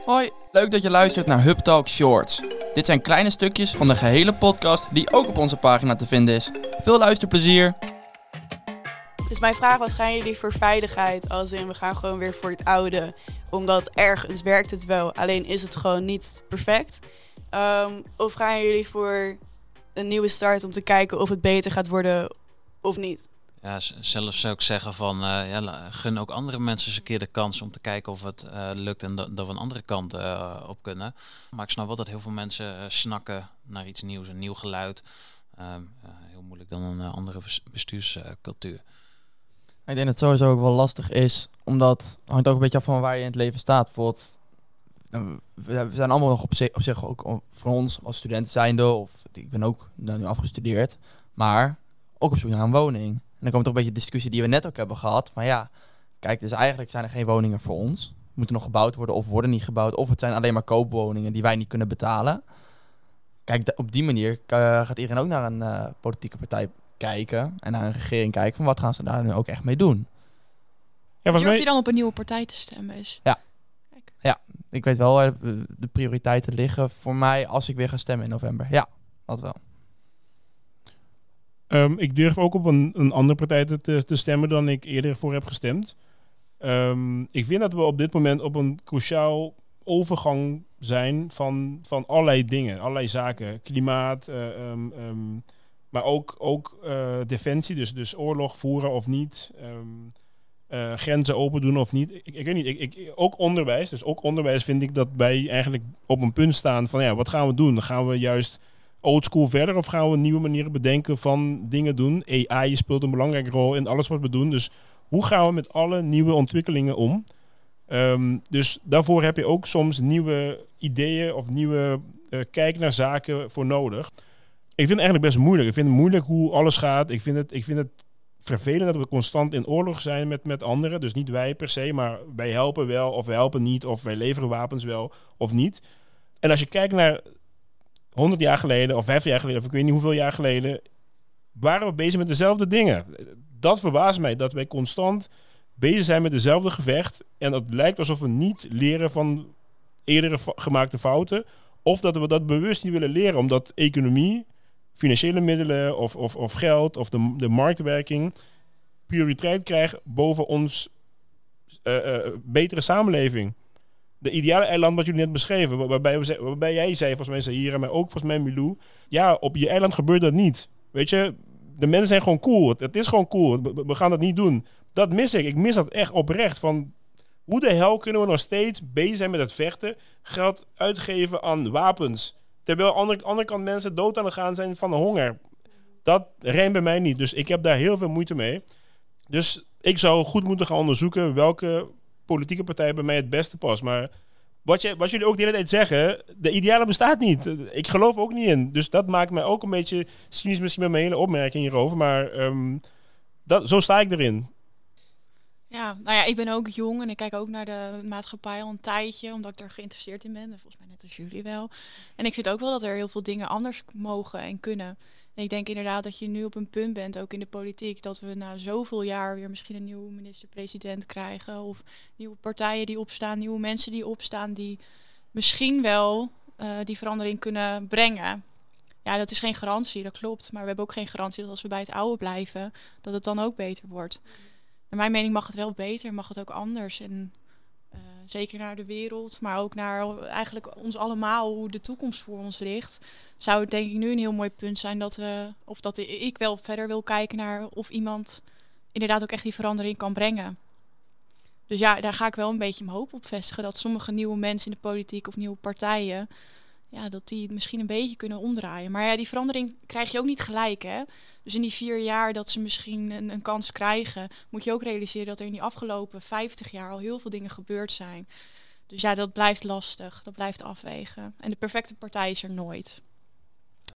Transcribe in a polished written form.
Hoi, leuk dat je luistert naar Hub Talk Shorts. Dit zijn kleine stukjes van de gehele podcast die ook op onze pagina te vinden is. Veel luisterplezier! Dus mijn vraag was, gaan jullie voor veiligheid, als in we gaan gewoon weer voor het oude? Omdat ergens werkt het wel, alleen is het gewoon niet perfect. Of gaan jullie voor een nieuwe start om te kijken of het beter gaat worden of niet? Ja, zelf zou ik zeggen van gun ook andere mensen eens een keer de kans om te kijken of het lukt en dat we een andere kant op kunnen. Maar ik snap wel dat heel veel mensen snakken naar iets nieuws, een nieuw geluid. Heel moeilijk dan een andere bestuurscultuur. Ik denk dat het sowieso ook wel lastig is, omdat het hangt ook een beetje af van waar je in het leven staat. Bijvoorbeeld, we zijn allemaal nog op zich ook voor ons als studenten zijnde, of ik ben ook nu afgestudeerd, maar ook op zoek naar een woning. En dan komt toch een beetje de discussie die we net ook hebben gehad, van ja, kijk, dus eigenlijk zijn er geen woningen voor ons. Moeten nog gebouwd worden of worden niet gebouwd, of het zijn alleen maar koopwoningen die wij niet kunnen betalen. Kijk, op die manier gaat iedereen ook naar een politieke partij kijken en naar een regering kijken van wat gaan ze daar nu ook echt mee doen. Ja, Durf je dan op een nieuwe partij te stemmen? Ik weet wel waar de prioriteiten liggen voor mij als ik weer ga stemmen in november. Ja, dat wel. Ik durf ook op een andere partij te stemmen dan ik eerder voor heb gestemd. Ik vind dat we op dit moment op een cruciaal overgang zijn van allerlei dingen, allerlei zaken. Klimaat, maar ook defensie, dus oorlog voeren of niet. Grenzen open doen of niet. Ik weet niet. Ook onderwijs. Dus ook onderwijs vind ik dat wij eigenlijk op een punt staan van ja, wat gaan we doen? Dan gaan we juist oldschool verder of gaan we nieuwe manieren bedenken van dingen doen? AI speelt een belangrijke rol in alles wat we doen. Dus hoe gaan we met alle nieuwe ontwikkelingen om? Dus daarvoor heb je ook soms nieuwe ideeën of nieuwe kijk naar zaken voor nodig. Ik vind het eigenlijk best moeilijk. Ik vind het moeilijk hoe alles gaat. Ik vind het vervelend dat we constant in oorlog zijn met anderen. Dus niet wij per se, maar wij helpen wel of wij helpen niet. Of wij leveren wapens wel of niet. En als je kijkt naar 100 jaar geleden of 50 jaar geleden of ik weet niet hoeveel jaar geleden, waren we bezig met dezelfde dingen. Dat verbaast mij, dat wij constant bezig zijn met dezelfde gevecht. En het lijkt alsof we niet leren van eerdere gemaakte fouten. Of dat we dat bewust niet willen leren, omdat economie, financiële middelen of geld of de marktwerking prioriteit krijgt boven ons betere samenleving. De ideale eiland wat jullie net beschreven, waarbij jij zei, volgens mij Zahira, maar ook volgens mij Milou, ja, op je eiland gebeurt dat niet. Weet je, de mensen zijn gewoon cool. Het is gewoon cool. We gaan dat niet doen. Dat mis ik. Ik mis dat echt oprecht. Van hoe de hel kunnen we nog steeds bezig zijn met het vechten, geld uitgeven aan wapens, terwijl aan de andere kant mensen dood aan het gaan zijn van de honger. Dat rijmt bij mij niet. Dus ik heb daar heel veel moeite mee. Dus ik zou goed moeten gaan onderzoeken welke politieke partij bij mij het beste past. Maar wat jullie ook de hele tijd zeggen, de ideale bestaat niet. Ik geloof ook niet in. Dus dat maakt mij ook een beetje cynisch misschien met mijn hele opmerking hierover. Maar zo sta ik erin. Ja, nou ja, ik ben ook jong en ik kijk ook naar de maatschappij al een tijdje, omdat ik er geïnteresseerd in ben. En volgens mij net als jullie wel. En ik vind ook wel dat er heel veel dingen anders mogen en kunnen. En ik denk inderdaad dat je nu op een punt bent, ook in de politiek, dat we na zoveel jaar weer misschien een nieuwe minister-president krijgen. Of nieuwe partijen die opstaan, nieuwe mensen die opstaan, die misschien wel die verandering kunnen brengen. Ja, dat is geen garantie, dat klopt. Maar we hebben ook geen garantie dat als we bij het oude blijven, dat het dan ook beter wordt. Naar mijn mening mag het wel beter, mag het ook anders. En zeker naar de wereld, maar ook naar eigenlijk ons allemaal, hoe de toekomst voor ons ligt, zou het denk ik nu een heel mooi punt zijn dat ik wel verder wil kijken naar of iemand inderdaad ook echt die verandering kan brengen. Dus ja, daar ga ik wel een beetje mijn hoop op vestigen, dat sommige nieuwe mensen in de politiek of nieuwe partijen, ja, dat die misschien een beetje kunnen omdraaien. Maar ja, die verandering krijg je ook niet gelijk, hè. Dus in die 4 jaar dat ze misschien een kans krijgen, moet je ook realiseren dat er in die afgelopen 50 jaar al heel veel dingen gebeurd zijn. Dus ja, dat blijft lastig. Dat blijft afwegen. En de perfecte partij is er nooit.